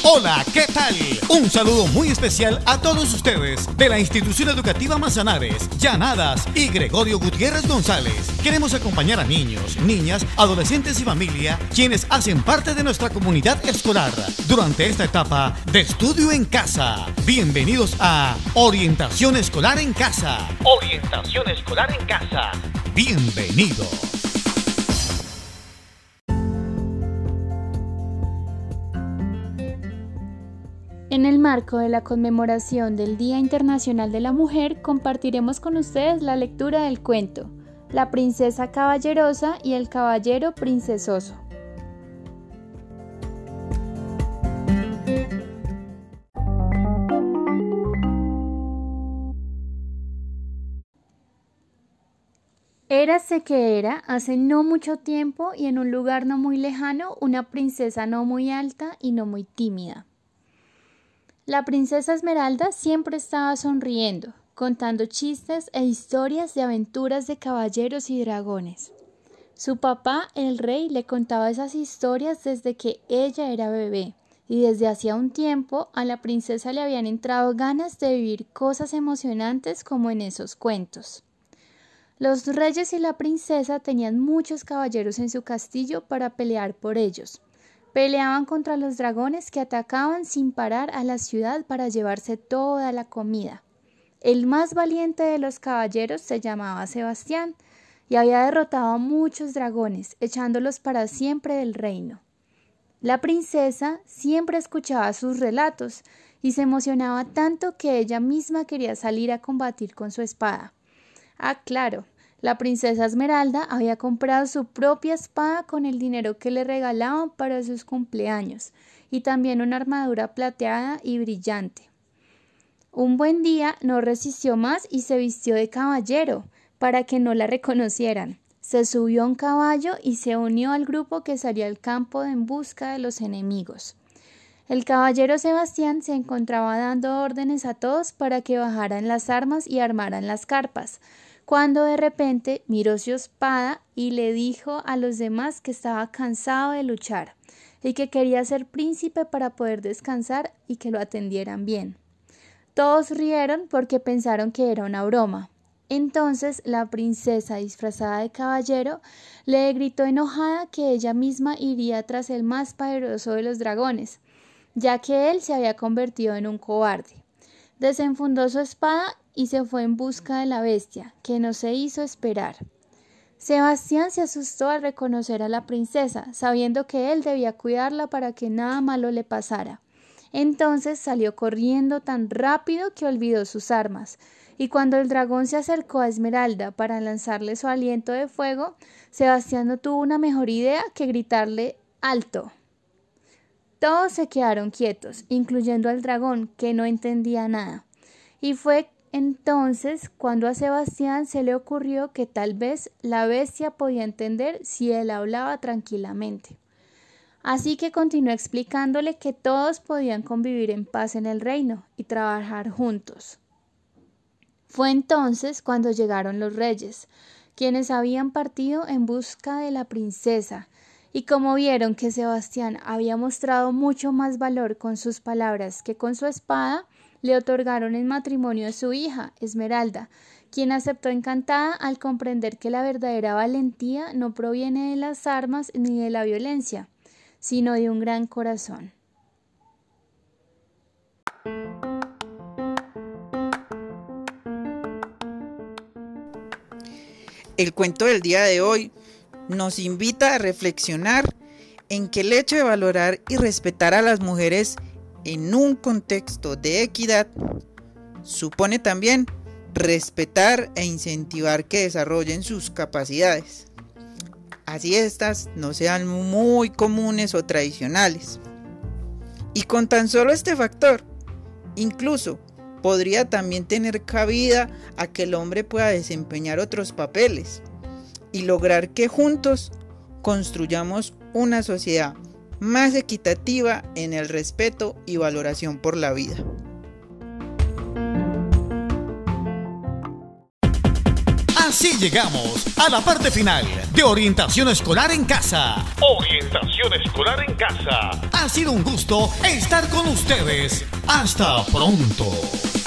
Hola, ¿qué tal? Un saludo muy especial a todos ustedes de la Institución Educativa Manzanares, Llanadas y Gregorio Gutiérrez González. Queremos acompañar a niños, niñas, adolescentes y familia, quienes hacen parte de nuestra comunidad escolar durante esta etapa de estudio en casa. Bienvenidos a Orientación Escolar en Casa. Orientación Escolar en Casa. Bienvenidos. En el marco de la conmemoración del Día Internacional de la Mujer, compartiremos con ustedes la lectura del cuento La princesa caballerosa y el caballero princesoso. Érase que era, hace no mucho tiempo y en un lugar no muy lejano, una princesa no muy alta y no muy tímida. La princesa Esmeralda siempre estaba sonriendo, contando chistes e historias de aventuras de caballeros y dragones. Su papá, el rey, le contaba esas historias desde que ella era bebé, y desde hacía un tiempo a la princesa le habían entrado ganas de vivir cosas emocionantes como en esos cuentos. Los reyes y la princesa tenían muchos caballeros en su castillo para pelear por ellos. Peleaban contra los dragones que atacaban sin parar a la ciudad para llevarse toda la comida. El más valiente de los caballeros se llamaba Sebastián y había derrotado a muchos dragones, echándolos para siempre del reino. La princesa siempre escuchaba sus relatos y se emocionaba tanto que ella misma quería salir a combatir con su espada. Ah, claro. La princesa Esmeralda había comprado su propia espada con el dinero que le regalaban para sus cumpleaños y también una armadura plateada y brillante. Un buen día no resistió más y se vistió de caballero para que no la reconocieran. Se subió a un caballo y se unió al grupo que salió al campo en busca de los enemigos. El caballero Sebastián se encontraba dando órdenes a todos para que bajaran las armas y armaran las carpas, cuando de repente miró su espada y le dijo a los demás que estaba cansado de luchar y que quería ser príncipe para poder descansar y que lo atendieran bien. Todos rieron porque pensaron que era una broma. Entonces la princesa, disfrazada de caballero, le gritó enojada que ella misma iría tras el más poderoso de los dragones, ya que él se había convertido en un cobarde. Desenfundó su espada y se fue en busca de la bestia, que no se hizo esperar. Sebastián se asustó al reconocer a la princesa, sabiendo que él debía cuidarla para que nada malo le pasara. Entonces salió corriendo tan rápido que olvidó sus armas, y cuando el dragón se acercó a Esmeralda para lanzarle su aliento de fuego, Sebastián no tuvo una mejor idea que gritarle ¡alto! Todos se quedaron quietos, incluyendo al dragón, que no entendía nada. Y fue entonces cuando a Sebastián se le ocurrió que tal vez la bestia podía entender si él hablaba tranquilamente. Así que continuó explicándole que todos podían convivir en paz en el reino y trabajar juntos. Fue entonces cuando llegaron los reyes, quienes habían partido en busca de la princesa, y como vieron que Sebastián había mostrado mucho más valor con sus palabras que con su espada, le otorgaron en matrimonio a su hija, Esmeralda, quien aceptó encantada al comprender que la verdadera valentía no proviene de las armas ni de la violencia, sino de un gran corazón. El cuento del día de hoy nos invita a reflexionar en que el hecho de valorar y respetar a las mujeres en un contexto de equidad supone también respetar e incentivar que desarrollen sus capacidades, así estas no sean muy comunes o tradicionales. Y con tan solo este factor, incluso podría también tener cabida a que el hombre pueda desempeñar otros papeles y lograr que juntos construyamos una sociedad más equitativa en el respeto y valoración por la vida. Así llegamos a la parte final de Orientación Escolar en Casa. Orientación Escolar en Casa. Ha sido un gusto estar con ustedes. Hasta pronto.